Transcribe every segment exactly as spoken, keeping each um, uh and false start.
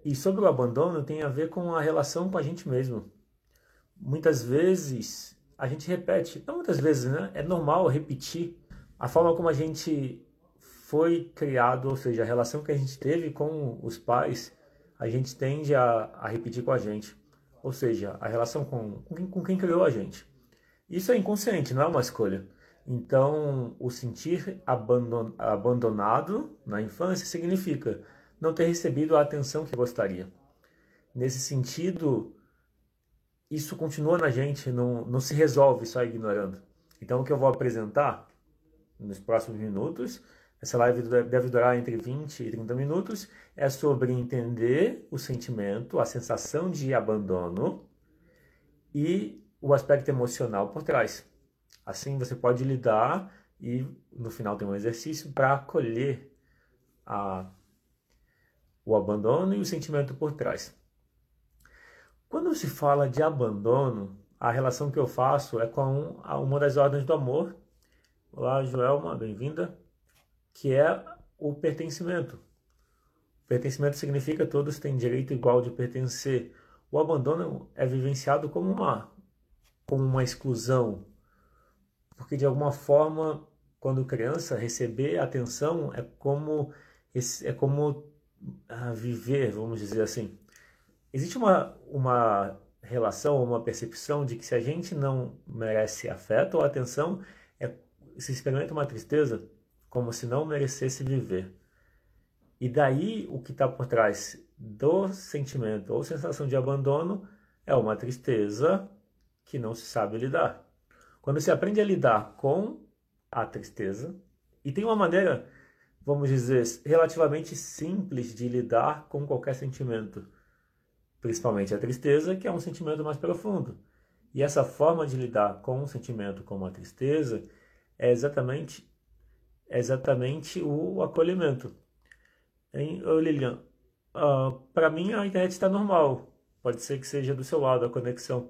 E sobre o abandono tem a ver com a relação com a gente mesmo. Muitas vezes a gente repete, não muitas vezes, né? É normal repetir a forma como a gente foi criado, ou seja, a relação que a gente teve com os pais, a gente tende a, a repetir com a gente. Ou seja, a relação com, com, quem, com quem criou a gente. Isso é inconsciente, não é uma escolha. Então, o sentir abandon, abandonado na infância significa não ter recebido a atenção que gostaria. Nesse sentido, isso continua na gente, não, não se resolve só ignorando. Então, o que eu vou apresentar nos próximos minutos, essa live deve durar entre vinte e trinta minutos, é sobre entender o sentimento, a sensação de abandono e o aspecto emocional por trás. Assim você pode lidar e no final tem um exercício para acolher a, o abandono e o sentimento por trás. Quando se fala de abandono, a relação que eu faço é com uma das ordens do amor. Olá, Joelma, bem-vinda. Que é o pertencimento. O pertencimento significa que todos têm direito igual de pertencer. O abandono é vivenciado como uma, como uma exclusão, porque de alguma forma, quando criança, receber atenção é como, é como ah, viver, vamos dizer assim. Existe uma, uma relação, uma percepção de que se a gente não merece afeto ou atenção, é, se experimenta uma tristeza, como se não merecesse viver. E daí o que está por trás do sentimento ou sensação de abandono é uma tristeza que não se sabe lidar. Quando se aprende a lidar com a tristeza, e tem uma maneira, vamos dizer, relativamente simples de lidar com qualquer sentimento, principalmente a tristeza, que é um sentimento mais profundo. E essa forma de lidar com um sentimento como a tristeza é exatamente É exatamente o acolhimento. Hein, ô Lilian? Uh, para mim a internet está normal. Pode ser que seja do seu lado a conexão.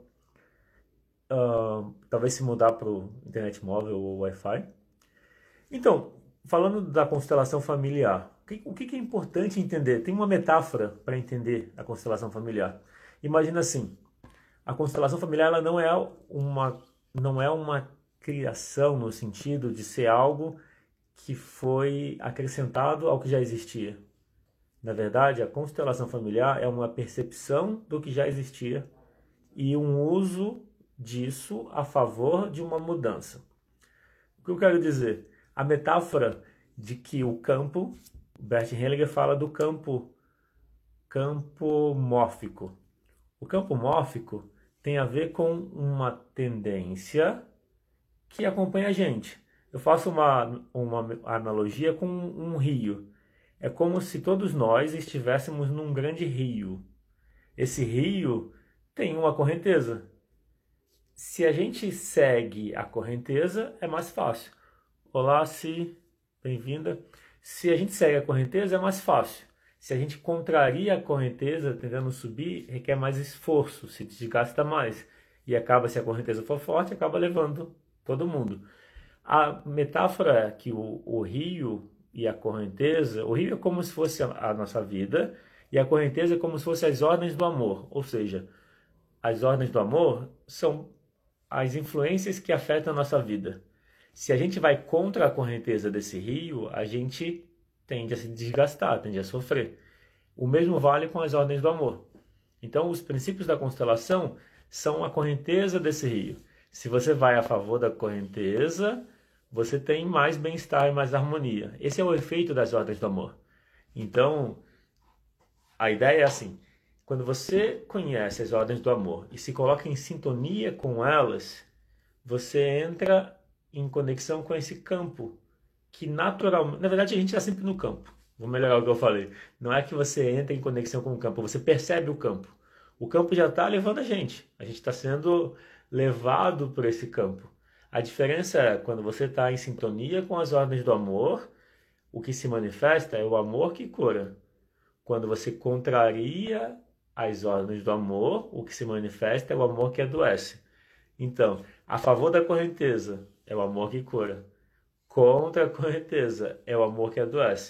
Uh, talvez se mudar para internet móvel ou Wi-Fi. Então, falando da constelação familiar, o que, o que é importante entender? Tem uma metáfora para entender a constelação familiar. Imagina assim, a constelação familiar ela não é uma, não é uma criação no sentido de ser algo que foi acrescentado ao que já existia. Na verdade, a constelação familiar é uma percepção do que já existia e um uso disso a favor de uma mudança. O que eu quero dizer? A metáfora de que o campo, Bert Hellinger fala do campo, campo mórfico. O campo mórfico tem a ver com uma tendência que acompanha a gente. Eu faço uma, uma analogia com um rio. É como se todos nós estivéssemos num grande rio. Esse rio tem uma correnteza. Se a gente segue a correnteza, é mais fácil. Olá, Si, bem-vinda. Se a gente segue a correnteza, é mais fácil. Se a gente contraria a correnteza, tentando subir, requer mais esforço, se desgasta mais. E acaba, se a correnteza for forte, acaba levando todo mundo. A metáfora é que o, o rio e a correnteza, o rio é como se fosse a, a nossa vida e a correnteza é como se fosse as ordens do amor, ou seja, as ordens do amor são as influências que afetam a nossa vida. Se a gente vai contra a correnteza desse rio, a gente tende a se desgastar, tende a sofrer. O mesmo vale com as ordens do amor. Então, os princípios da constelação são a correnteza desse rio. Se você vai a favor da correnteza, você tem mais bem-estar e mais harmonia. Esse é o efeito das ordens do amor. Então, a ideia é assim, quando você conhece as ordens do amor e se coloca em sintonia com elas, você entra em conexão com esse campo, que naturalmente... Na verdade, a gente está sempre no campo. Vou melhorar o que eu falei. Não é que você entra em conexão com o campo, você percebe o campo. O campo já está levando a gente. A gente está sendo levado por esse campo. A diferença é quando você está em sintonia com as ordens do amor, o que se manifesta é o amor que cura. Quando você contraria as ordens do amor, o que se manifesta é o amor que adoece. Então, a favor da correnteza é o amor que cura. Contra a correnteza é o amor que adoece.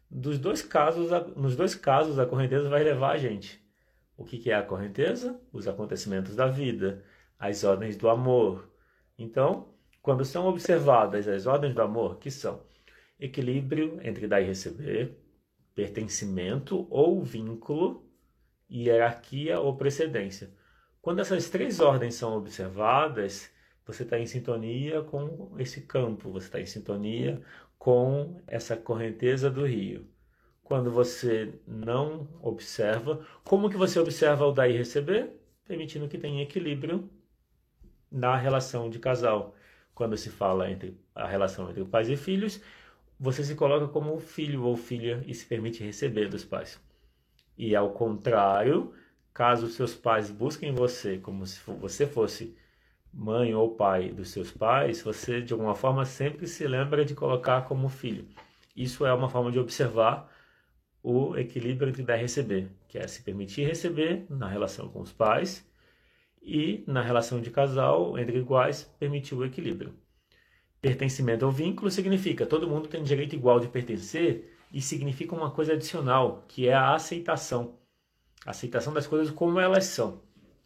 Dos dois casos, a- nos dois casos, a correnteza vai levar a gente. O que que é a correnteza? Os acontecimentos da vida, as ordens do amor. Então, quando são observadas as ordens do amor, que são equilíbrio entre dar e receber, pertencimento ou vínculo, hierarquia ou precedência. Quando essas três ordens são observadas, você está em sintonia com esse campo, você está em sintonia com essa correnteza do rio. Quando você não observa, como que você observa o dar e receber? Permitindo que tenha equilíbrio na relação de casal. Quando se fala entre a relação entre pais e filhos, você se coloca como filho ou filha e se permite receber dos pais. E ao contrário, caso seus pais busquem você como se você fosse mãe ou pai dos seus pais, você de alguma forma sempre se lembra de colocar como filho. Isso é uma forma de observar o equilíbrio entre dar e receber, que é se permitir receber na relação com os pais e na relação de casal entre iguais permitir o equilíbrio. Pertencimento ao vínculo significa todo mundo tem direito igual de pertencer e significa uma coisa adicional, que é a aceitação. A aceitação das coisas como elas são.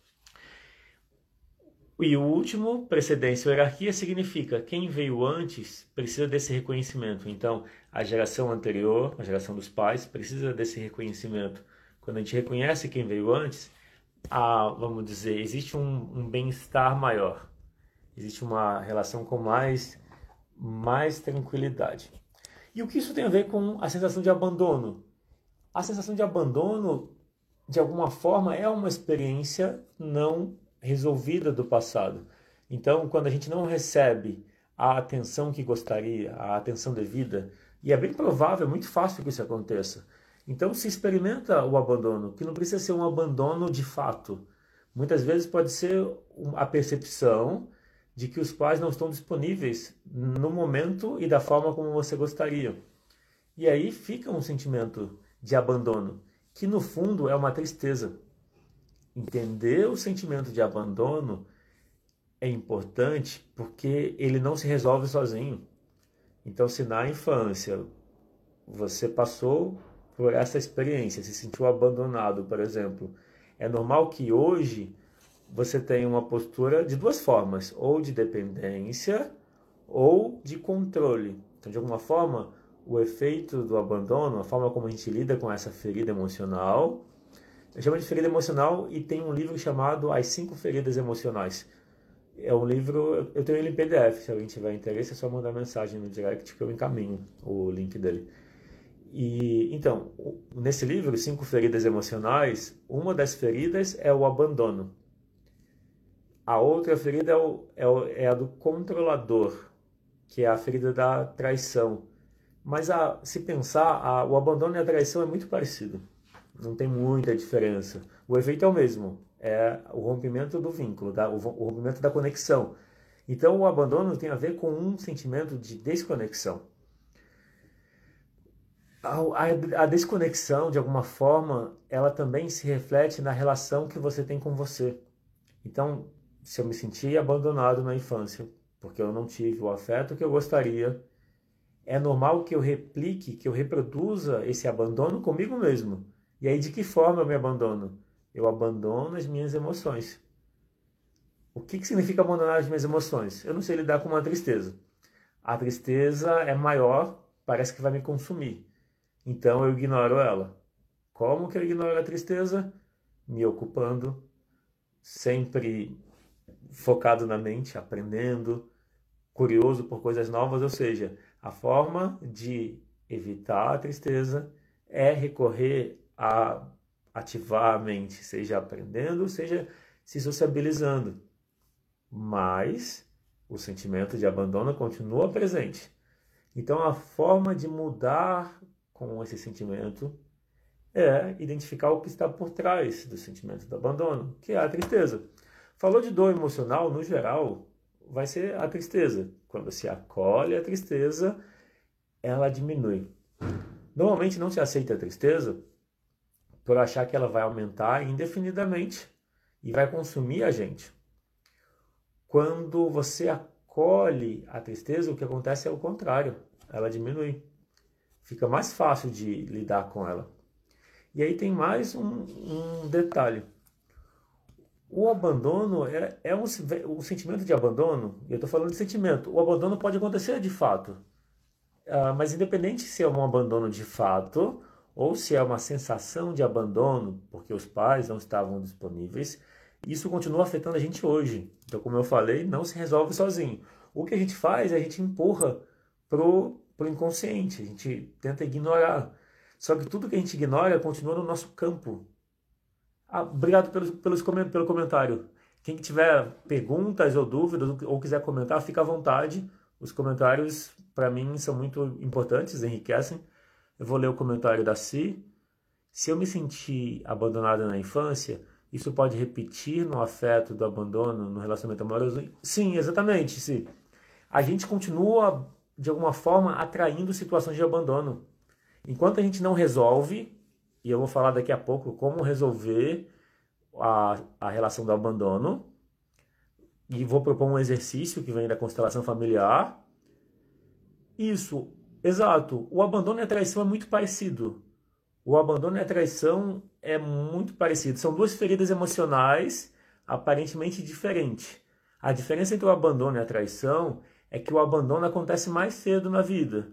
E o último, precedência ou hierarquia, significa quem veio antes precisa desse reconhecimento. Então, a geração anterior, a geração dos pais, precisa desse reconhecimento. Quando a gente reconhece quem veio antes, há, vamos dizer, existe um, um bem-estar maior. Existe uma relação com mais, mais tranquilidade. E o que isso tem a ver com a sensação de abandono? A sensação de abandono, de alguma forma, é uma experiência não resolvida do passado. Então, quando a gente não recebe a atenção que gostaria, a atenção devida, e é bem provável, é muito fácil que isso aconteça. Então, se experimenta o abandono, que não precisa ser um abandono de fato. Muitas vezes pode ser a percepção de que os pais não estão disponíveis no momento e da forma como você gostaria. E aí fica um sentimento de abandono, que no fundo é uma tristeza. Entender o sentimento de abandono é importante porque ele não se resolve sozinho. Então, se na infância você passou por essa experiência, se sentiu abandonado, por exemplo, é normal que hoje você tenha uma postura de duas formas, ou de dependência ou de controle. Então, de alguma forma, o efeito do abandono, a forma como a gente lida com essa ferida emocional, eu chamo de ferida emocional e tem um livro chamado As Cinco Feridas Emocionais. É um livro, eu tenho ele em P D F, se alguém tiver interesse é só mandar mensagem no direct que eu encaminho o link dele. E então, nesse livro, Cinco Feridas Emocionais, uma das feridas é o abandono. A outra ferida é, o, é, o, é a do controlador, que é a ferida da traição. Mas a, se pensar, a, o abandono e a traição é muito parecido. Não tem muita diferença. O efeito é o mesmo. É o rompimento do vínculo, tá? o, o rompimento da conexão. Então, o abandono tem a ver com um sentimento de desconexão. A, a, a desconexão, de alguma forma, ela também se reflete na relação que você tem com você. Então, se eu me senti abandonado na infância, porque eu não tive o afeto que eu gostaria, é normal que eu replique, que eu reproduza esse abandono comigo mesmo. E aí, de que forma eu me abandono? Eu abandono as minhas emoções. O que, que significa abandonar as minhas emoções? Eu não sei lidar com uma tristeza. A tristeza é maior, parece que vai me consumir. Então, eu ignoro ela. Como que eu ignoro a tristeza? Me ocupando, sempre focado na mente, aprendendo, curioso por coisas novas. Ou seja, a forma de evitar a tristeza é recorrer a ativar a mente, seja aprendendo, seja se sociabilizando. Mas o sentimento de abandono continua presente. Então, a forma de mudar com esse sentimento é identificar o que está por trás do sentimento do abandono, que é a tristeza. Falou de dor emocional, no geral, vai ser a tristeza. Quando se acolhe a tristeza, ela diminui. Normalmente não se aceita a tristeza por achar que ela vai aumentar indefinidamente e vai consumir a gente. Quando você acolhe a tristeza, o que acontece é o contrário, ela diminui. Fica mais fácil de lidar com ela. E aí tem mais um, um detalhe. O abandono é, é um, o sentimento de abandono, eu estou falando de sentimento, o abandono pode acontecer de fato. Uh, mas independente se é um abandono de fato ou se é uma sensação de abandono porque os pais não estavam disponíveis, isso continua afetando a gente hoje. Então, como eu falei, não se resolve sozinho. O que a gente faz é a gente empurra pro, pro inconsciente, a gente tenta ignorar. Só que tudo que a gente ignora continua no nosso campo. Ah, obrigado pelos, pelos, pelo comentário. Quem tiver perguntas ou dúvidas ou quiser comentar, fica à vontade. Os comentários, para mim, são muito importantes, enriquecem. Eu vou ler o comentário da Si. Se eu me sentir abandonada na infância, isso pode repetir no afeto do abandono, no relacionamento amoroso? Sim, exatamente, Si. A gente continua, de alguma forma, atraindo situações de abandono. Enquanto a gente não resolve, e eu vou falar daqui a pouco como resolver a, a relação do abandono, e vou propor um exercício que vem da constelação familiar. Isso, exato. O abandono e a traição é muito parecido. O abandono e a traição é muito parecido. São duas feridas emocionais aparentemente diferentes. A diferença entre o abandono e a traição é que o abandono acontece mais cedo na vida.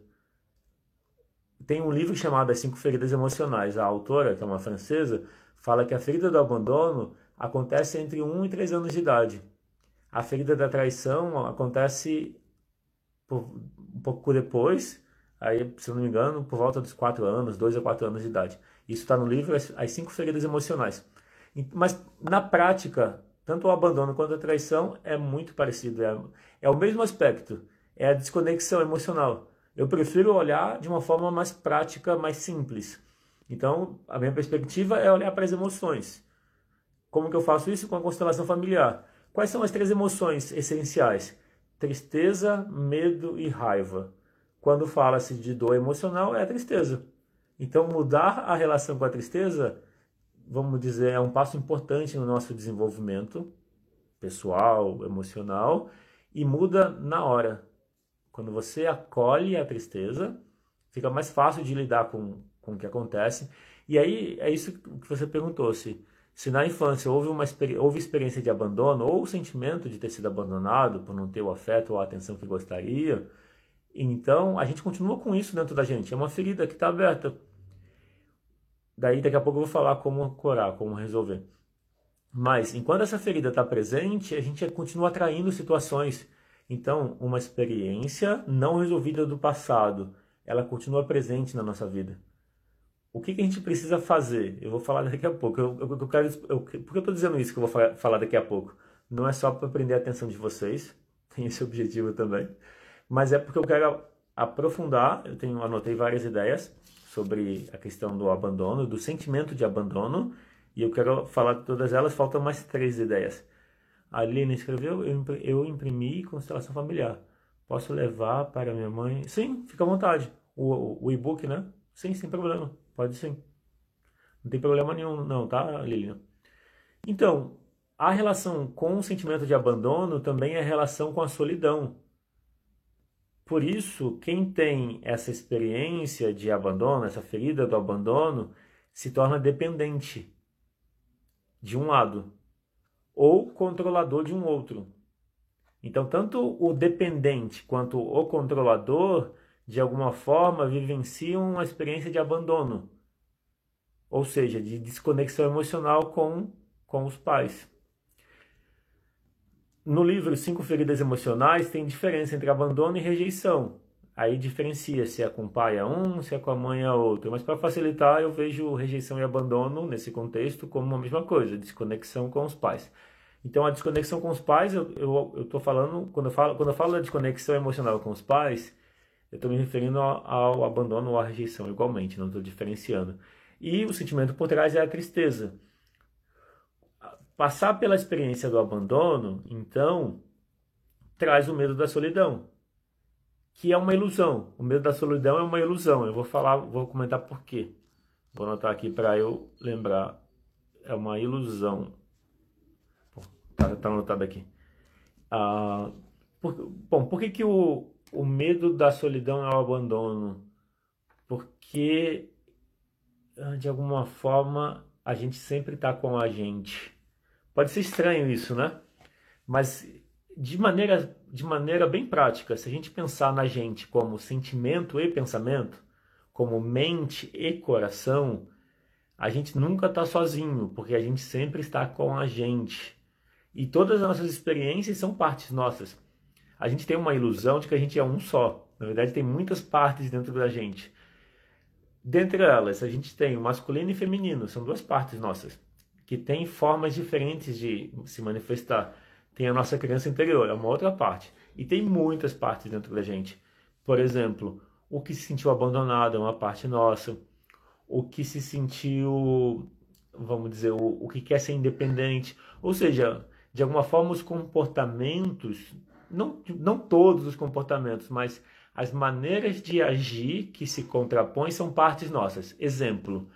Tem um livro chamado As Cinco Feridas Emocionais. A autora, que é uma francesa, fala que a ferida do abandono acontece entre um e três anos de idade. A ferida da traição acontece por, um pouco depois, aí, se não me engano, por volta dos quatro anos, dois a quatro anos de idade. Isso está no livro As Cinco Feridas Emocionais. Mas, na prática, tanto o abandono quanto a traição é muito parecido. É, é o mesmo aspecto, é a desconexão emocional. Eu prefiro olhar de uma forma mais prática, mais simples. Então, a minha perspectiva é olhar para as emoções. Como que eu faço isso? Com a constelação familiar. Quais são as três emoções essenciais? Tristeza, medo e raiva. Quando fala-se de dor emocional, é a tristeza. Então, mudar a relação com a tristeza, vamos dizer, é um passo importante no nosso desenvolvimento pessoal, emocional, e muda na hora. Quando você acolhe a tristeza, fica mais fácil de lidar com, com o que acontece. E aí, é isso que você perguntou, se... Se na infância houve uma houve experiência de abandono ou o sentimento de ter sido abandonado por não ter o afeto ou a atenção que gostaria, então a gente continua com isso dentro da gente. É uma ferida que está aberta. Daí daqui a pouco eu vou falar como curar, como resolver. Mas enquanto essa ferida está presente, a gente continua atraindo situações. Então, uma experiência não resolvida do passado, ela continua presente na nossa vida. O que, que a gente precisa fazer? Eu vou falar daqui a pouco. Eu, eu, eu quero, eu, por que eu estou dizendo isso que eu vou falar daqui a pouco? Não é só para prender a atenção de vocês, tem esse objetivo também, mas é porque eu quero aprofundar. Eu tenho, anotei várias ideias sobre a questão do abandono, do sentimento de abandono, e eu quero falar de todas elas. Faltam mais três ideias. A Lina escreveu, eu imprimi constelação familiar. Posso levar para minha mãe? Sim, fica à vontade. O, o e-book, né? Sim, sem problema. Pode sim. Não tem problema nenhum não, tá, Lilian? Então, a relação com o sentimento de abandono também é a relação com a solidão. Por isso, quem tem essa experiência de abandono, essa ferida do abandono, se torna dependente de um lado ou controlador de um outro. Então, tanto o dependente quanto o controlador, de alguma forma, vivenciam uma experiência de abandono, ou seja, de desconexão emocional com, com os pais. No livro Cinco Feridas Emocionais tem diferença entre abandono e rejeição. Aí diferencia se é com o pai é um, se é com a mãe é outro. Mas para facilitar, eu vejo rejeição e abandono nesse contexto como a mesma coisa, desconexão com os pais. Então a desconexão com os pais, eu estou falando, quando eu falo, quando eu falo da desconexão emocional com os pais, eu estou me referindo ao, ao abandono ou à rejeição igualmente, não estou diferenciando. E o sentimento por trás é a tristeza. Passar pela experiência do abandono, então, traz o medo da solidão, que é uma ilusão. O medo da solidão é uma ilusão. Eu vou falar, vou comentar por quê. Vou anotar aqui para eu lembrar. É uma ilusão. Tá, tá anotado aqui. Ah, por, bom, por que, que o, o medo da solidão é o abandono? porque de alguma forma a gente sempre está com a gente. Pode ser estranho isso, né? Mas de maneira, de maneira bem prática, se a gente pensar na gente como sentimento e pensamento, como mente e coração, a gente nunca está sozinho, porque a gente sempre está com a gente. E todas as nossas experiências são partes nossas. A gente tem uma ilusão de que a gente é um só. Na verdade, tem muitas partes dentro da gente. Dentre elas, a gente tem o masculino e feminino, são duas partes nossas, que têm formas diferentes de se manifestar. Tem a nossa criança interior, é uma outra parte. E tem muitas partes dentro da gente. Por exemplo, o que se sentiu abandonado é uma parte nossa. O que se sentiu, vamos dizer, o, o que quer ser independente. Ou seja, de alguma forma os comportamentos, não, não todos os comportamentos, mas as maneiras de agir que se contrapõem são partes nossas. Exemplo,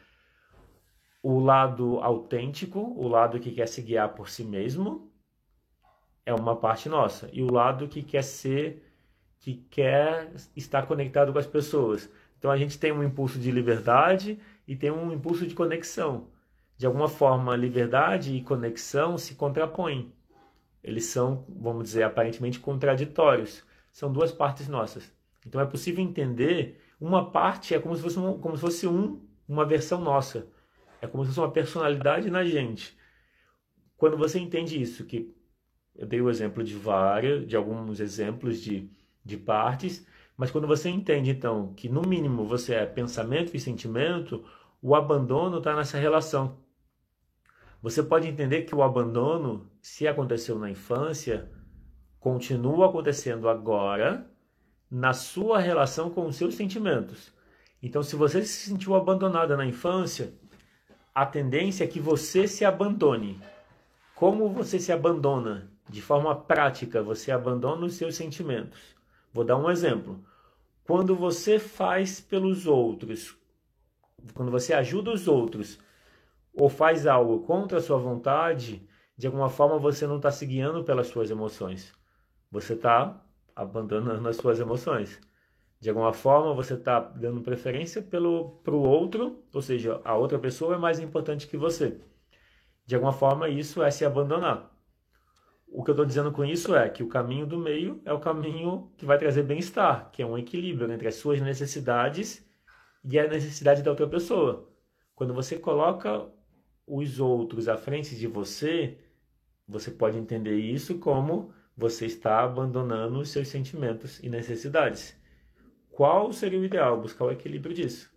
o lado autêntico, o lado que quer se guiar por si mesmo, é uma parte nossa. E o lado que quer ser, que quer estar conectado com as pessoas. Então a gente tem um impulso de liberdade e tem um impulso de conexão. De alguma forma, liberdade e conexão se contrapõem. Eles são, vamos dizer, aparentemente contraditórios. São duas partes nossas. Então é possível entender, uma parte é como se fosse, um, como se fosse um, uma versão nossa. É como se fosse uma personalidade na gente. Quando você entende isso, que eu dei o exemplo de várias, de alguns exemplos de, de partes, mas quando você entende, então, que no mínimo você é pensamento e sentimento, o abandono está nessa relação. Você pode entender que o abandono, se aconteceu na infância, continua acontecendo agora na sua relação com os seus sentimentos. Então, se você se sentiu abandonada na infância, a tendência é que você se abandone. Como você se abandona? De forma prática, você abandona os seus sentimentos. Vou dar um exemplo. Quando você faz pelos outros, quando você ajuda os outros, ou faz algo contra a sua vontade, de alguma forma você não está se guiando pelas suas emoções. Você está abandonando as suas emoções. De alguma forma você está dando preferência pelo para o outro, ou seja, a outra pessoa é mais importante que você. De alguma forma isso é se abandonar. O que eu estou dizendo com isso é que o caminho do meio é o caminho que vai trazer bem-estar, que é um equilíbrio entre as suas necessidades e a necessidade da outra pessoa. Quando você coloca os outros à frente de você, você pode entender isso como você está abandonando os seus sentimentos e necessidades. Qual seria o ideal? Buscar o equilíbrio disso.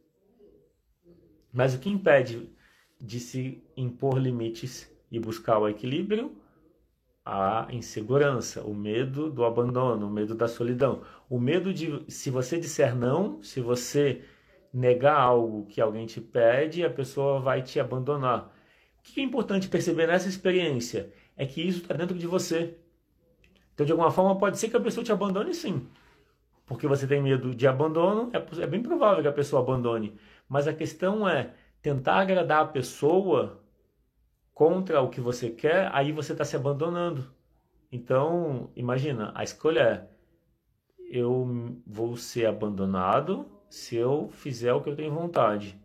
Mas o que impede de se impor limites e buscar o equilíbrio? A insegurança, o medo do abandono, o medo da solidão. O medo de, se você disser não, se você negar algo que alguém te pede, a pessoa vai te abandonar. O que é importante perceber nessa experiência é que isso está dentro de você. Então, de alguma forma, pode ser que a pessoa te abandone sim. Porque você tem medo de abandono, é, é bem provável que a pessoa abandone. Mas a questão é tentar agradar a pessoa contra o que você quer, aí você está se abandonando. Então, imagina, a escolha é: eu vou ser abandonado se eu fizer o que eu tenho vontade.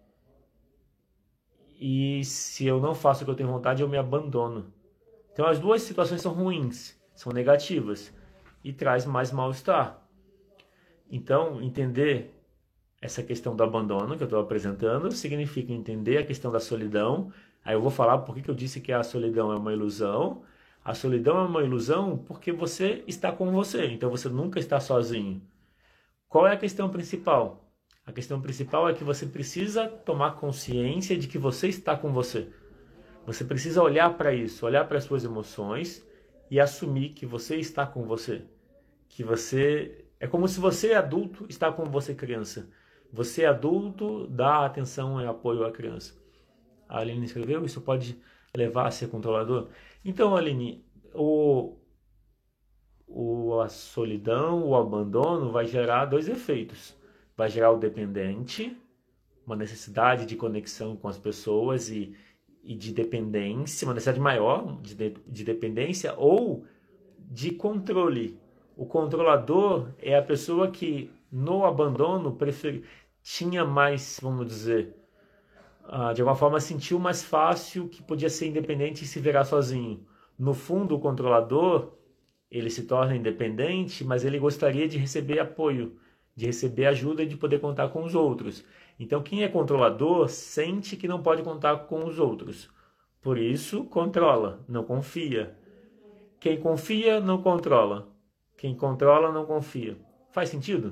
E se eu não faço o que eu tenho vontade, eu me abandono. Então as duas situações são ruins, são negativas e traz mais mal-estar. Então, entender essa questão do abandono que eu estou apresentando significa entender a questão da solidão. Aí eu vou falar por que eu disse que a solidão é uma ilusão. A solidão é uma ilusão porque você está com você, então você nunca está sozinho. Qual é a questão principal? A questão principal é que você precisa tomar consciência de que você está com você. Você precisa olhar para isso, olhar para as suas emoções e assumir que você está com você. Que você... É como se você, adulto, está com você, criança. Você, adulto, dá atenção e apoio à criança. A Aline escreveu, isso pode levar a ser controlador? Então, Aline, o, o, a solidão, o abandono vai gerar dois efeitos. Vai gerar o dependente, uma necessidade de conexão com as pessoas e, e de dependência, uma necessidade maior de, de, de dependência ou de controle. O controlador é a pessoa que, no abandono, prefere, tinha mais, vamos dizer, uh, de alguma forma sentiu mais fácil que podia ser independente e se virar sozinho. No fundo, o controlador, ele se torna independente, mas ele gostaria de receber apoio, de receber ajuda e de poder contar com os outros. Então, quem é controlador sente que não pode contar com os outros. Por isso, controla, não confia. Quem confia, não controla. Quem controla, não confia. Faz sentido?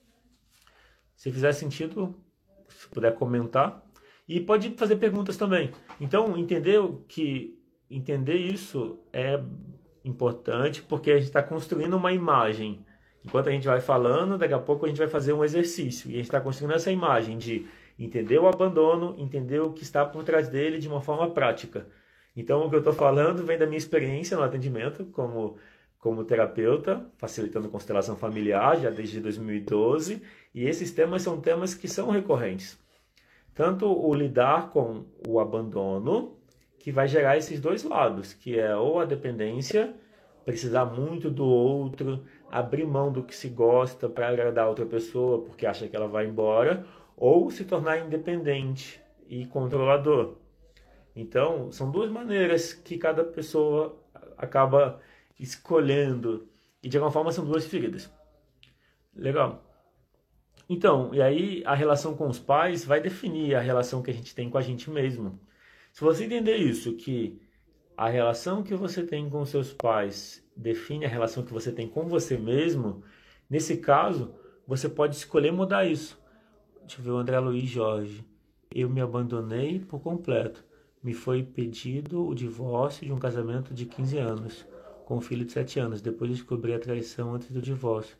Se fizer sentido, se puder comentar. E pode fazer perguntas também. Então, entender que entender isso é importante, porque a gente está construindo uma imagem. Enquanto a gente vai falando, daqui a pouco a gente vai fazer um exercício. E a gente está construindo essa imagem de entender o abandono, entender o que está por trás dele de uma forma prática. Então, o que eu estou falando vem da minha experiência no atendimento como, como terapeuta, facilitando constelação familiar, já desde dois mil e doze. E esses temas são temas que são recorrentes. Tanto o lidar com o abandono, que vai gerar esses dois lados, que é ou a dependência, precisar muito do outro, abrir mão do que se gosta para agradar a outra pessoa porque acha que ela vai embora, ou se tornar independente e controlador. Então, são duas maneiras que cada pessoa acaba escolhendo, e de alguma forma são duas feridas. Legal. Então, e aí a relação com os pais vai definir a relação que a gente tem com a gente mesmo. Se você entender isso, que a relação que você tem com seus pais define a relação que você tem com você mesmo, nesse caso, você pode escolher mudar isso. Deixa eu ver o André Luiz Jorge. Eu me abandonei por completo. Me foi pedido o divórcio de um casamento de quinze anos, com um filho de sete anos. Depois descobri a traição antes do divórcio.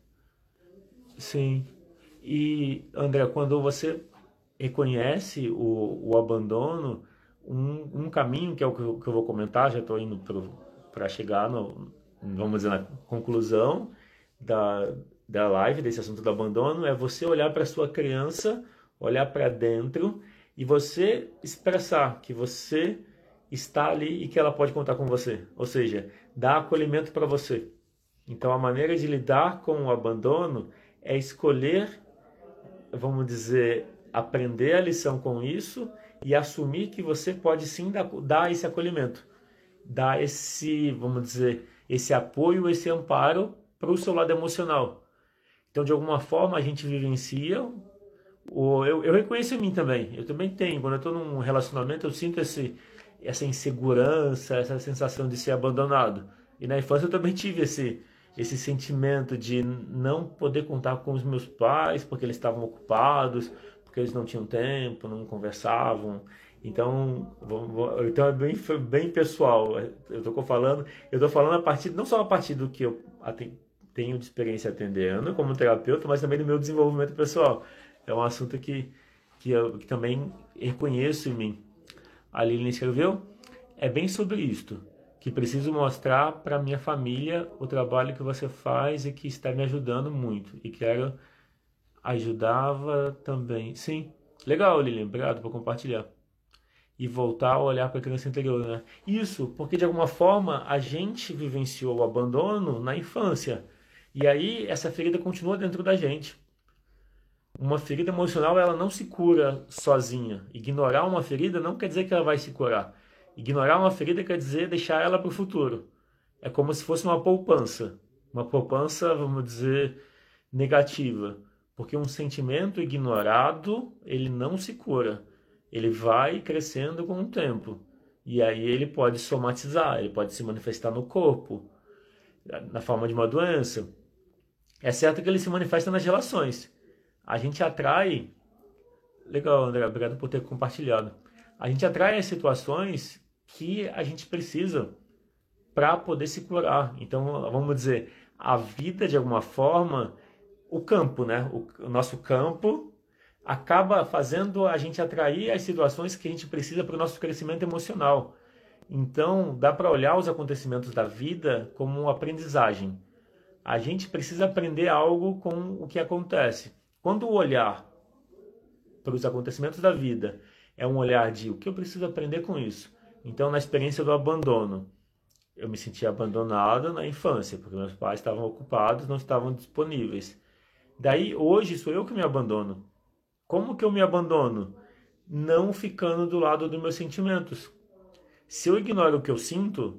Sim. E, André, quando você reconhece o, o abandono, um, um caminho, que é o que eu, que eu vou comentar, já estou indo para chegar, no, vamos dizer, na conclusão da, da live, desse assunto do abandono, é você olhar para a sua criança, olhar para dentro e você expressar que você está ali e que ela pode contar com você. Ou seja, dar acolhimento para você. Então, a maneira de lidar com o abandono é escolher, vamos dizer, aprender a lição com isso e assumir que você pode sim dar, dar esse acolhimento, dar esse, vamos dizer, esse apoio, esse amparo para o seu lado emocional. Então, de alguma forma, a gente vivencia, o, eu, eu reconheço em mim também, eu também tenho, quando eu estou num relacionamento, eu sinto esse, essa insegurança, essa sensação de ser abandonado. E na infância eu também tive esse, esse sentimento de não poder contar com os meus pais, porque eles estavam ocupados, porque eles não tinham tempo, não conversavam. Então, então é bem, bem pessoal. Eu estou falando, eu estou falando a partir, não só a partir do que eu tenho de experiência atendendo como terapeuta, mas também do meu desenvolvimento pessoal. É um assunto que, que eu que também reconheço em mim. A Lilian escreveu, é bem sobre isto, que preciso mostrar para minha família o trabalho que você faz e que está me ajudando muito. E quero ajudava também. Sim, legal, Lilian, obrigado por compartilhar. E voltar a olhar para a criança interior, né? Isso, porque de alguma forma a gente vivenciou o abandono na infância. E aí essa ferida continua dentro da gente. Uma ferida emocional, ela não se cura sozinha. Ignorar uma ferida não quer dizer que ela vai se curar. Ignorar uma ferida quer dizer deixar ela para o futuro. É como se fosse uma poupança. Uma poupança, vamos dizer, negativa. Porque um sentimento ignorado, ele não se cura. Ele vai crescendo com o tempo. E aí ele pode somatizar, ele pode se manifestar no corpo, na forma de uma doença. É certo que ele se manifesta nas relações. A gente atrai... Legal, André, obrigado por ter compartilhado. A gente atrai as situações que a gente precisa para poder se curar. Então, vamos dizer, a vida, de alguma forma, o campo, né? O, o nosso campo acaba fazendo a gente atrair as situações que a gente precisa para o nosso crescimento emocional. Então, dá para olhar os acontecimentos da vida como uma aprendizagem. A gente precisa aprender algo com o que acontece. Quando o olhar para os acontecimentos da vida é um olhar de o que eu preciso aprender com isso. Então, na experiência do abandono, eu me senti abandonado na infância, porque meus pais estavam ocupados, não estavam disponíveis. Daí, hoje, sou eu que me abandono. Como que eu me abandono? Não ficando do lado dos meus sentimentos. Se eu ignoro o que eu sinto,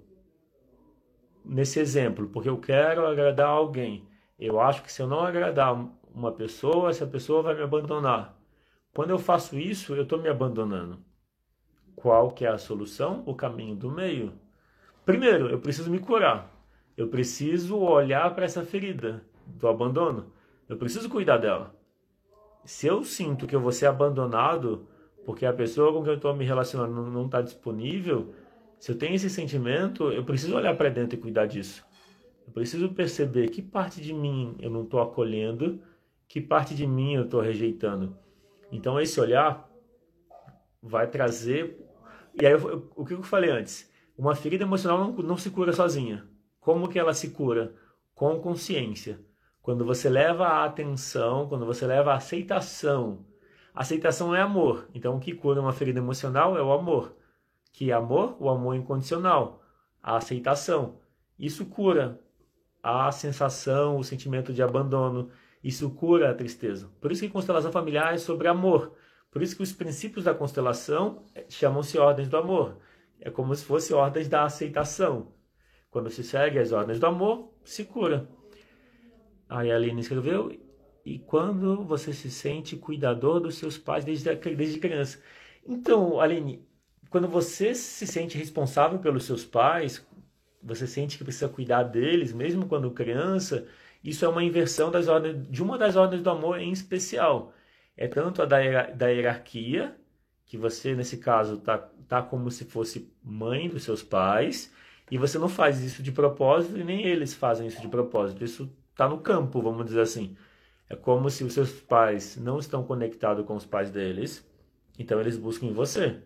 nesse exemplo, porque eu quero agradar alguém, eu acho que se eu não agradar uma pessoa, essa pessoa vai me abandonar. Quando eu faço isso, eu estou me abandonando. Qual que é a solução? O caminho do meio. Primeiro, eu preciso me curar. Eu preciso olhar para essa ferida do abandono. Eu preciso cuidar dela. Se eu sinto que eu vou ser abandonado porque a pessoa com quem eu estou me relacionando não está disponível, se eu tenho esse sentimento, eu preciso olhar para dentro e cuidar disso. Eu preciso perceber que parte de mim eu não estou acolhendo, que parte de mim eu estou rejeitando. Então esse olhar vai trazer... E aí, eu, o que eu falei antes? Uma ferida emocional não, não se cura sozinha. Como que ela se cura? Com consciência. Quando você leva a atenção, quando você leva a aceitação. Aceitação é amor. Então o que cura uma ferida emocional é o amor. Que é amor? O amor incondicional. A aceitação. Isso cura a sensação, o sentimento de abandono. Isso cura a tristeza. Por isso que constelação familiar é sobre amor. Por isso que os princípios da constelação chamam-se ordens do amor. É como se fossem ordens da aceitação. Quando se segue as ordens do amor, se cura. Aí a Aline escreveu, e quando você se sente cuidador dos seus pais desde, desde criança. Então, Aline, quando você se sente responsável pelos seus pais, você sente que precisa cuidar deles, mesmo quando criança, isso é uma inversão das ordens, de uma das ordens do amor em especial. É tanto a da, da hierarquia, que você, nesse caso, tá, tá como se fosse mãe dos seus pais, e você não faz isso de propósito, e nem eles fazem isso de propósito. Isso está no campo, vamos dizer assim. É como se os seus pais não estão conectados com os pais deles, então eles buscam em você.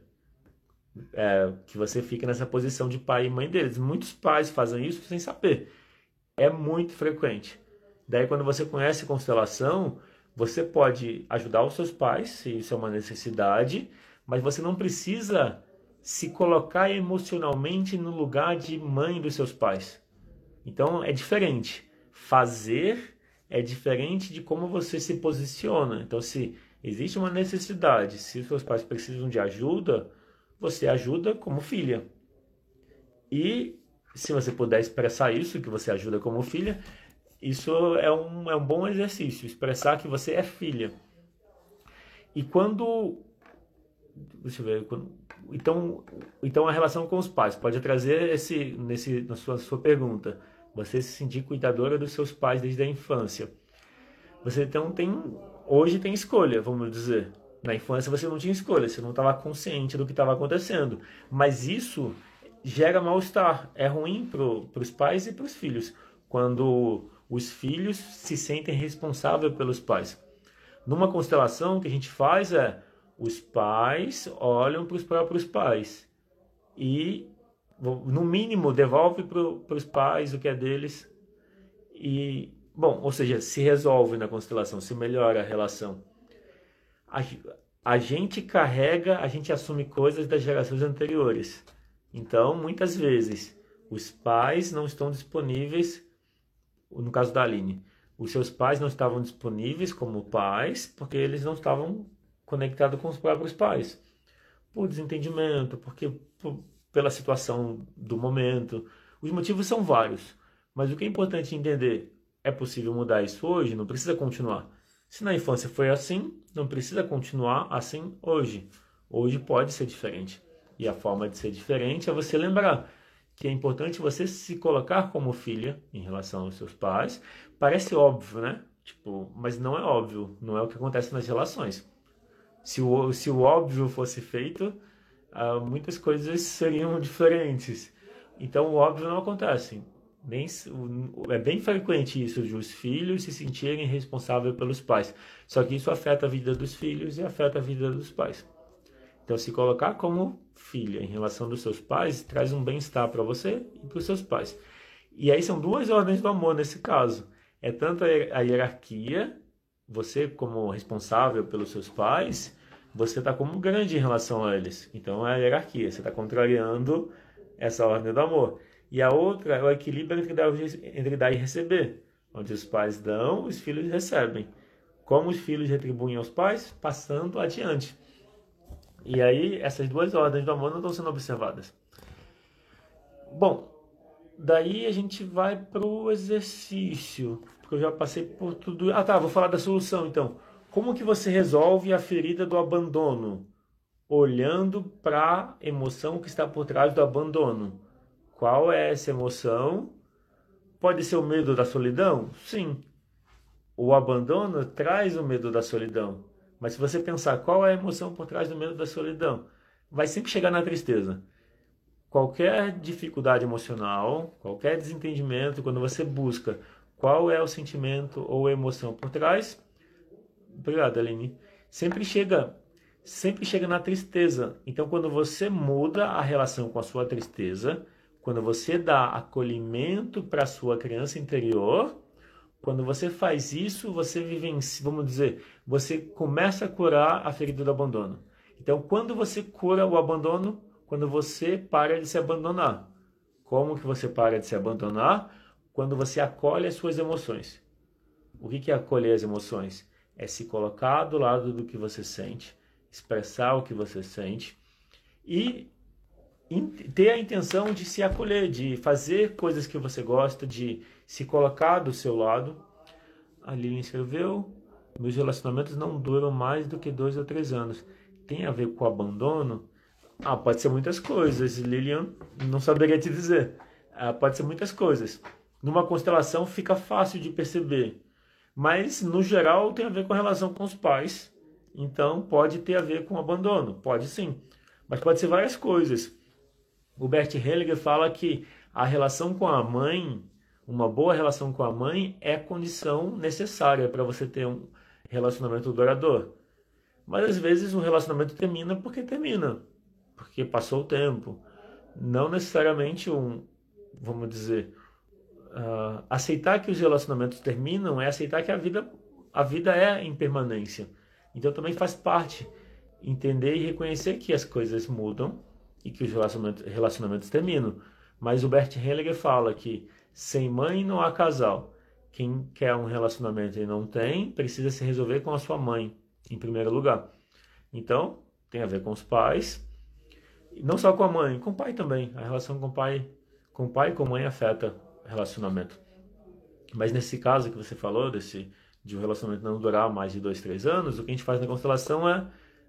É, que você fique nessa posição de pai e mãe deles. Muitos pais fazem isso sem saber. É muito frequente. Daí, quando você conhece constelação, você pode ajudar os seus pais, se isso é uma necessidade, mas você não precisa se colocar emocionalmente no lugar de mãe dos seus pais. Então, é diferente. Fazer é diferente de como você se posiciona. Então, se existe uma necessidade, se os seus pais precisam de ajuda, você ajuda como filha. E se você puder expressar isso, que você ajuda como filha, isso é um, é um bom exercício, expressar que você é filha. E quando... Deixa eu ver... Quando, então, então a relação com os pais pode trazer esse, nesse, na sua, sua pergunta, você se sentir cuidadora dos seus pais desde a infância. Você então tem... Hoje tem escolha, vamos dizer. Na infância você não tinha escolha, você não estava consciente do que estava acontecendo. Mas isso gera mal-estar. É ruim para os pais e para os filhos. Quando os filhos se sentem responsáveis pelos pais. Numa constelação, o que a gente faz é... Os pais olham para os próprios pais. E, no mínimo, devolve para os pais o que é deles. E, bom, ou seja, se resolve na constelação, se melhora a relação. A, a gente carrega, a gente assume coisas das gerações anteriores. Então, muitas vezes, os pais não estão disponíveis, no caso da Aline, os seus pais não estavam disponíveis como pais, porque eles não estavam conectados com os próprios pais. Por desentendimento, porque por, pela situação do momento. Os motivos são vários. Mas o que é importante entender, é possível mudar isso hoje? Não precisa continuar. Se na infância foi assim, não precisa continuar assim hoje. Hoje pode ser diferente. E a forma de ser diferente é você lembrar que é importante você se colocar como filha em relação aos seus pais. Parece óbvio, né? Tipo, mas não é óbvio. Não é o que acontece nas relações. Se o, se o óbvio fosse feito, uh, muitas coisas seriam diferentes. Então o óbvio não acontece. Nem, é bem frequente isso, de os filhos se sentirem responsáveis pelos pais. Só que isso afeta a vida dos filhos e afeta a vida dos pais. Então, se colocar como filha em relação dos seus pais, traz um bem-estar para você e para os seus pais. E aí são duas ordens do amor nesse caso. É tanto a hierarquia, você como responsável pelos seus pais, você está como grande em relação a eles. Então, é a hierarquia, você está contrariando essa ordem do amor. E a outra é o equilíbrio entre dar, entre dar e receber, onde os pais dão, os filhos recebem. Como os filhos retribuem aos pais? Passando adiante. E aí, essas duas ordens do amor não estão sendo observadas. Bom, daí a gente vai para o exercício, porque eu já passei por tudo. Ah, tá, vou falar da solução então. Como que você resolve a ferida do abandono? Olhando para a emoção que está por trás do abandono. Qual é essa emoção? Pode ser o medo da solidão? Sim. O abandono traz o medo da solidão. Mas se você pensar qual é a emoção por trás do medo da solidão, vai sempre chegar na tristeza. Qualquer dificuldade emocional, qualquer desentendimento, quando você busca qual é o sentimento ou a emoção por trás, obrigado, Aline, sempre chega, sempre chega na tristeza. Então, quando você muda a relação com a sua tristeza, quando você dá acolhimento para a sua criança interior, quando você faz isso, você vivencia, vamos dizer, você começa a curar a ferida do abandono. Então, quando você cura o abandono, quando você para de se abandonar. Como que você para de se abandonar? Quando você acolhe as suas emoções. O que é acolher as emoções? É se colocar do lado do que você sente, expressar o que você sente e ter a intenção de se acolher, de fazer coisas que você gosta, de se colocar do seu lado. A Lilian escreveu: meus relacionamentos não duram mais do que dois ou três anos. Tem a ver com o abandono? Ah, pode ser muitas coisas, Lilian, não saberia te dizer. Ah, pode ser muitas coisas. Numa constelação fica fácil de perceber, mas no geral tem a ver com a relação com os pais. Então pode ter a ver com o abandono, pode sim, mas pode ser várias coisas. O Bert Hellinger fala que a relação com a mãe, uma boa relação com a mãe é condição necessária para você ter um relacionamento duradouro. Mas às vezes um relacionamento termina porque termina, porque passou o tempo. Não necessariamente um, vamos dizer, uh, aceitar que os relacionamentos terminam é aceitar que a vida, a vida é impermanência. Então também faz parte entender e reconhecer que as coisas mudam e que os relacionamentos, relacionamentos terminam. Mas o Bert Hellinger fala que sem mãe não há casal. Quem quer um relacionamento e não tem, precisa se resolver com a sua mãe, em primeiro lugar. Então, tem a ver com os pais, não só com a mãe, com o pai também. A relação com o pai, com o pai e com a mãe afeta o relacionamento. Mas nesse caso que você falou, desse, de um relacionamento não durar mais de dois, três anos, o que a gente faz na constelação é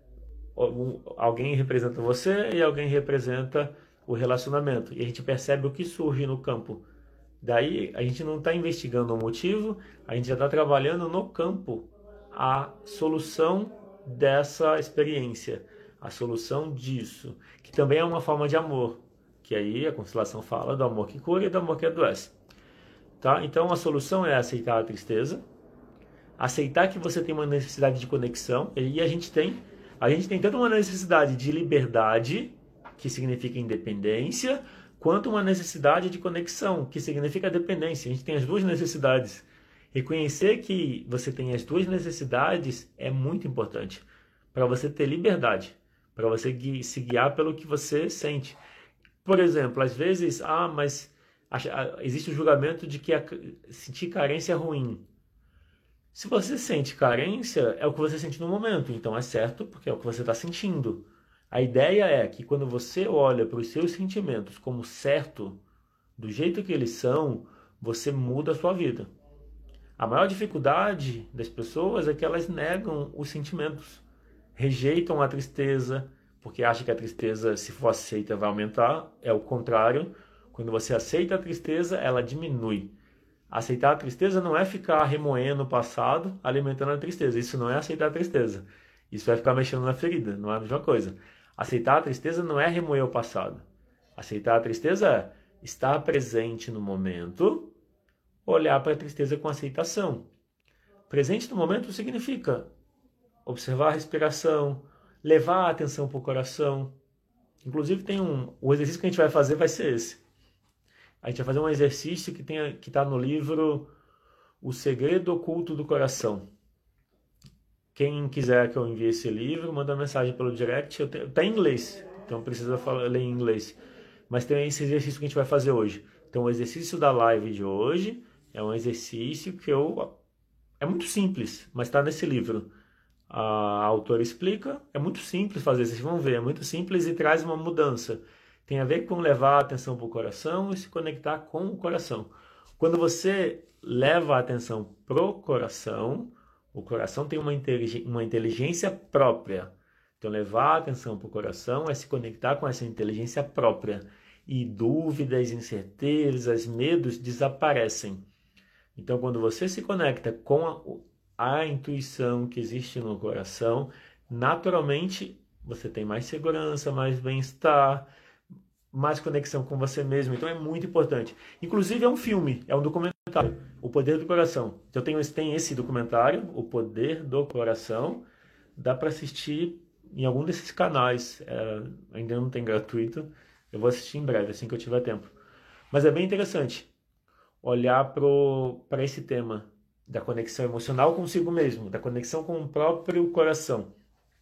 alguém representa você e alguém representa o relacionamento. E a gente percebe o que surge no campo. Daí a gente não está investigando o motivo, a gente já está trabalhando no campo a solução dessa experiência, a solução disso, que também é uma forma de amor, que aí a constelação fala do amor que cura e do amor que adoece. Tá? Então a solução é aceitar a tristeza, aceitar que você tem uma necessidade de conexão, e a gente tem, a gente tem tanto uma necessidade de liberdade, que significa independência, quanto uma necessidade de conexão, que significa dependência. A gente tem as duas necessidades. Reconhecer que você tem as duas necessidades é muito importante para você ter liberdade, para você se guiar pelo que você sente. Por exemplo, às vezes, ah, mas existe o julgamento de que a, sentir carência é ruim. Se você sente carência, é o que você sente no momento, então é certo porque é o que você está sentindo. A ideia é que quando você olha para os seus sentimentos como certo, do jeito que eles são, você muda a sua vida. A maior dificuldade das pessoas é que elas negam os sentimentos, rejeitam a tristeza, porque acham que a tristeza, se for aceita, vai aumentar. É o contrário. Quando você aceita a tristeza, ela diminui. Aceitar a tristeza não é ficar remoendo o passado, alimentando a tristeza. Isso não é aceitar a tristeza. Isso vai ficar mexendo na ferida, não é a mesma coisa. Aceitar a tristeza não é remoer o passado. Aceitar a tristeza é estar presente no momento, olhar para a tristeza com aceitação. Presente no momento significa observar a respiração, levar a atenção para o coração. Inclusive, tem um, o exercício que a gente vai fazer vai ser esse. A gente vai fazer um exercício que tem, que está no livro O Segredo Oculto do Coração. Quem quiser que eu envie esse livro, manda uma mensagem pelo direct. Está em inglês, então precisa falar, ler em inglês. Mas tem esse exercício que a gente vai fazer hoje. Então, o exercício da live de hoje é um exercício que eu É muito simples, mas está nesse livro. A autora explica, é muito simples fazer, vocês vão ver, é muito simples e traz uma mudança. Tem a ver com levar a atenção para o coração e se conectar com o coração. Quando você leva a atenção pro coração, o coração tem uma, intelig uma inteligência própria. Então, levar a atenção para o coração é se conectar com essa inteligência própria. E dúvidas, incertezas, medos desaparecem. Então, quando você se conecta com a, a intuição que existe no coração, naturalmente você tem mais segurança, mais bem-estar, mais conexão com você mesmo. Então é muito importante. Inclusive é um filme, é um documentário, O Poder do Coração. Eu tenho tem esse documentário, O Poder do Coração. Dá para assistir em algum desses canais. É, ainda não tem gratuito. Eu vou assistir em breve, assim que eu tiver tempo. Mas é bem interessante olhar para esse tema da conexão emocional consigo mesmo, da conexão com o próprio coração.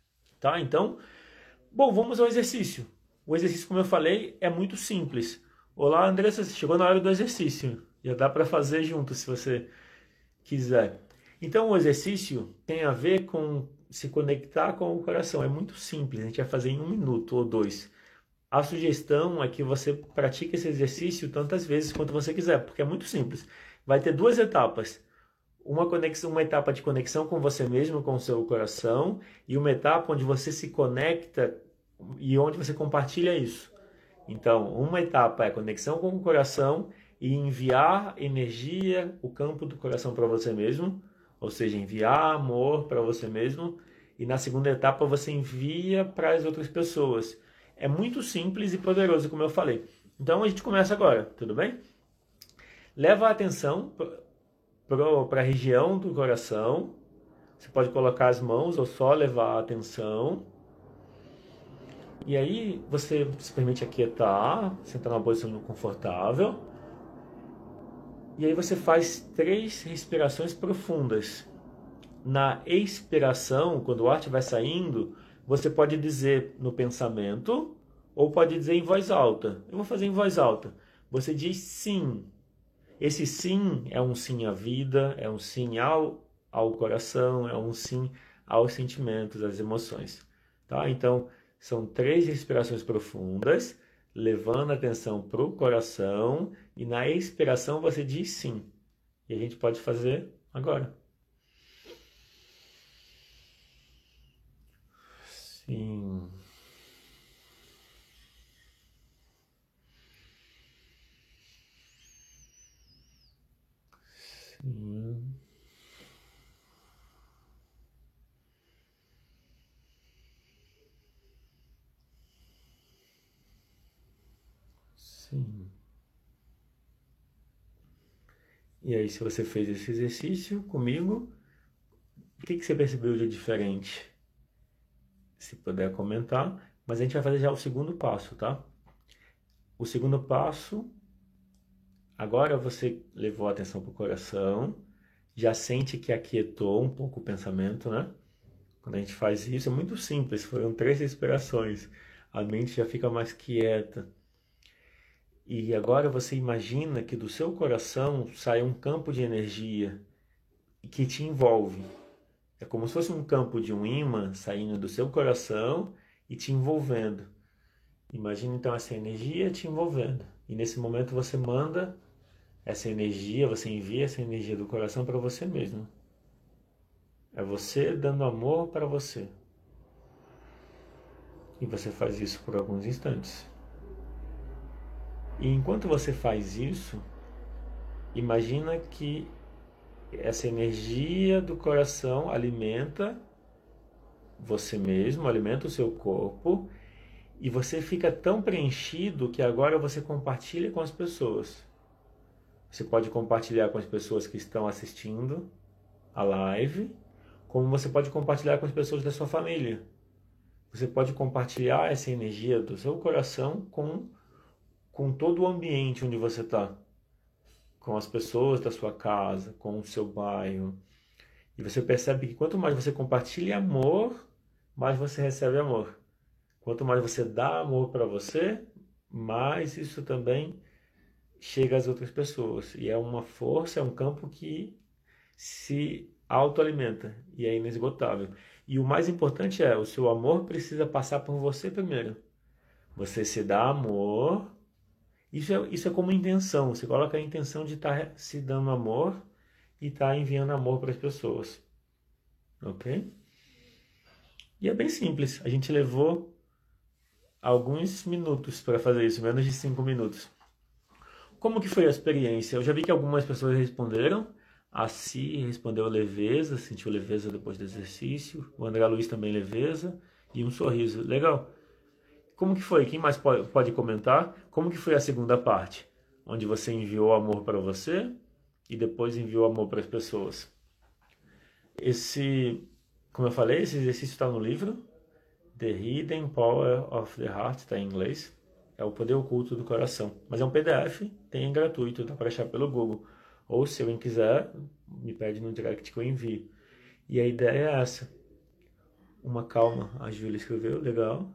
Tá? Então, bom, vamos ao exercício. O exercício, como eu falei, é muito simples. Olá, Andressa, chegou na hora do exercício. Já dá para fazer junto, se você quiser. Então, o exercício tem a ver com se conectar com o coração. É muito simples, a gente vai fazer em um minuto ou dois. A sugestão é que você pratique esse exercício tantas vezes quanto você quiser, porque é muito simples. Vai ter duas etapas. Uma, conexão, uma etapa de conexão com você mesmo, com o seu coração, e uma etapa onde você se conecta e onde você compartilha isso. Então, uma etapa é conexão com o coração e enviar energia, o campo do coração para você mesmo, ou seja, enviar amor para você mesmo, e na segunda etapa você envia para as outras pessoas. É muito simples e poderoso, como eu falei. Então, a gente começa agora, tudo bem? Leva a atenção para a região do coração. Você pode colocar as mãos ou só levar a atenção. E aí você se permite aquietar, sentar numa posição confortável. E aí você faz três respirações profundas. Na expiração, quando o ar estiver saindo, você pode dizer no pensamento ou pode dizer em voz alta. Eu vou fazer em voz alta. Você diz sim. Esse sim é um sim à vida, é um sim ao, ao coração, é um sim aos sentimentos, às emoções. Tá? Então, são três respirações profundas, levando a atenção para o coração, e na expiração você diz sim. E a gente pode fazer agora. Sim. Sim. Sim. E aí, se você fez esse exercício comigo, o que, que você percebeu de diferente? Se puder comentar, mas a gente vai fazer já o segundo passo, tá? O segundo passo, agora você levou a atenção para o coração, já sente que aquietou um pouco o pensamento, né? Quando a gente faz isso, é muito simples, foram três respirações, a mente já fica mais quieta. E agora você imagina que do seu coração sai um campo de energia que te envolve. É como se fosse um campo de um ímã saindo do seu coração e te envolvendo. Imagina então essa energia te envolvendo. E nesse momento você manda essa energia, você envia essa energia do coração para você mesmo. É você dando amor para você. E você faz isso por alguns instantes. E enquanto você faz isso, imagina que essa energia do coração alimenta você mesmo, alimenta o seu corpo, e você fica tão preenchido que agora você compartilha com as pessoas. Você pode compartilhar com as pessoas que estão assistindo a live, como você pode compartilhar com as pessoas da sua família. Você pode compartilhar essa energia do seu coração com, com todo o ambiente onde você está. Com as pessoas da sua casa, com o seu bairro. E você percebe que quanto mais você compartilha amor, mais você recebe amor. Quanto mais você dá amor para você, mais isso também chega às outras pessoas. E é uma força, é um campo que se autoalimenta e é inesgotável. E o mais importante é, o seu amor precisa passar por você primeiro. Você se dá amor, isso é, isso é como intenção, você coloca a intenção de estar se dando amor e estar enviando amor para as pessoas. Ok? E é bem simples, a gente levou alguns minutos para fazer isso, menos de cinco minutos. Como que foi a experiência? Eu já vi que algumas pessoas responderam. A Si respondeu leveza, sentiu leveza depois do exercício. O André Luiz também leveza e um sorriso. Legal. Como que foi? Quem mais pode, pode comentar? Como que foi a segunda parte? Onde você enviou amor para você e depois enviou amor para as pessoas. Esse, como eu falei, esse exercício está no livro. The Hidden Power of the Heart, está em inglês. É o poder oculto do coração. Mas é um P D F, tem gratuito, dá para achar pelo Google. Ou se alguém quiser, me pede no direct que eu envio. E a ideia é essa. Uma calma, a Júlia escreveu, legal.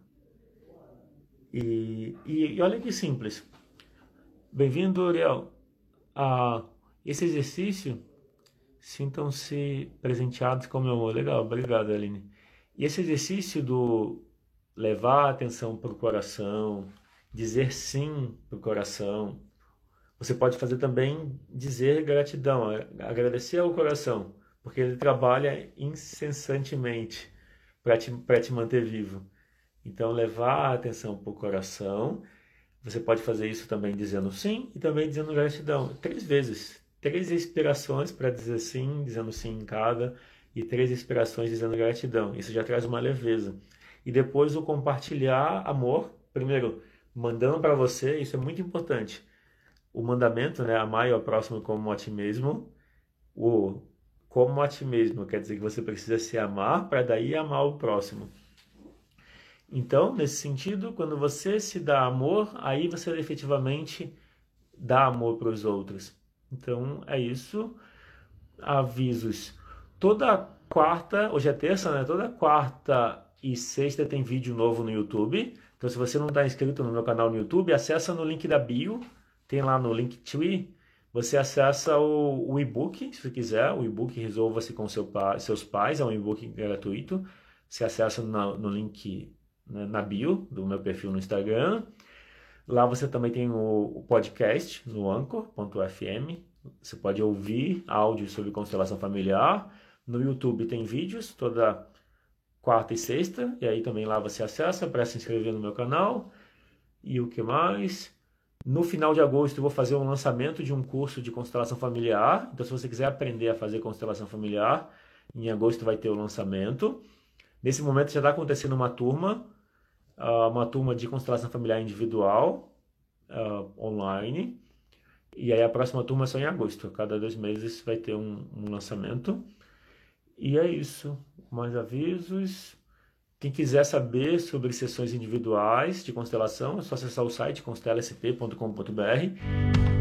E, e, e olha que simples. Bem-vindo, Uriel. Ah, esse exercício, sintam-se presenteados com o meu amor. Legal, obrigado, Aline. E esse exercício do levar a atenção para o coração, dizer sim para o coração, você pode fazer também dizer gratidão, agradecer ao coração, porque ele trabalha incessantemente para te, para te manter vivo. Então, levar a atenção para o coração, você pode fazer isso também dizendo sim e também dizendo gratidão. Três vezes. Três inspirações para dizer sim, dizendo sim em cada, e três inspirações dizendo gratidão. Isso já traz uma leveza. E depois o compartilhar amor, primeiro, mandando para você, isso é muito importante. O mandamento, né, amar ao próximo como a ti mesmo. O como a ti mesmo quer dizer que você precisa se amar para daí amar o próximo. Então, nesse sentido, quando você se dá amor, aí você efetivamente dá amor para os outros. Então, é isso. Avisos. Toda quarta, hoje é terça, né? Toda quarta e sexta tem vídeo novo no YouTube. Então, se você não está inscrito no meu canal no YouTube, acessa no link da bio. Tem lá no Linktree. Você acessa o, o e-book, se você quiser. O e-book Resolva-se com seu pa, seus pais. É um e-book gratuito. Você acessa na, no link na bio do meu perfil no Instagram. Lá você também tem o, o podcast no anchor ponto f m. Você pode ouvir áudios sobre constelação familiar. No YouTube tem vídeos toda quarta e sexta. E aí também lá você acessa para se inscrever no meu canal. E o que mais? No final de agosto eu vou fazer um lançamento de um curso de constelação familiar. Então se você quiser aprender a fazer constelação familiar, em agosto vai ter o lançamento. Nesse momento já está acontecendo uma turma, uma turma de constelação familiar individual, uh, online, e aí a próxima turma é só em agosto. A cada dois meses vai ter um, um lançamento. E é isso. Mais avisos. Quem quiser saber sobre sessões individuais de constelação, é só acessar o site constela s p ponto com ponto b r.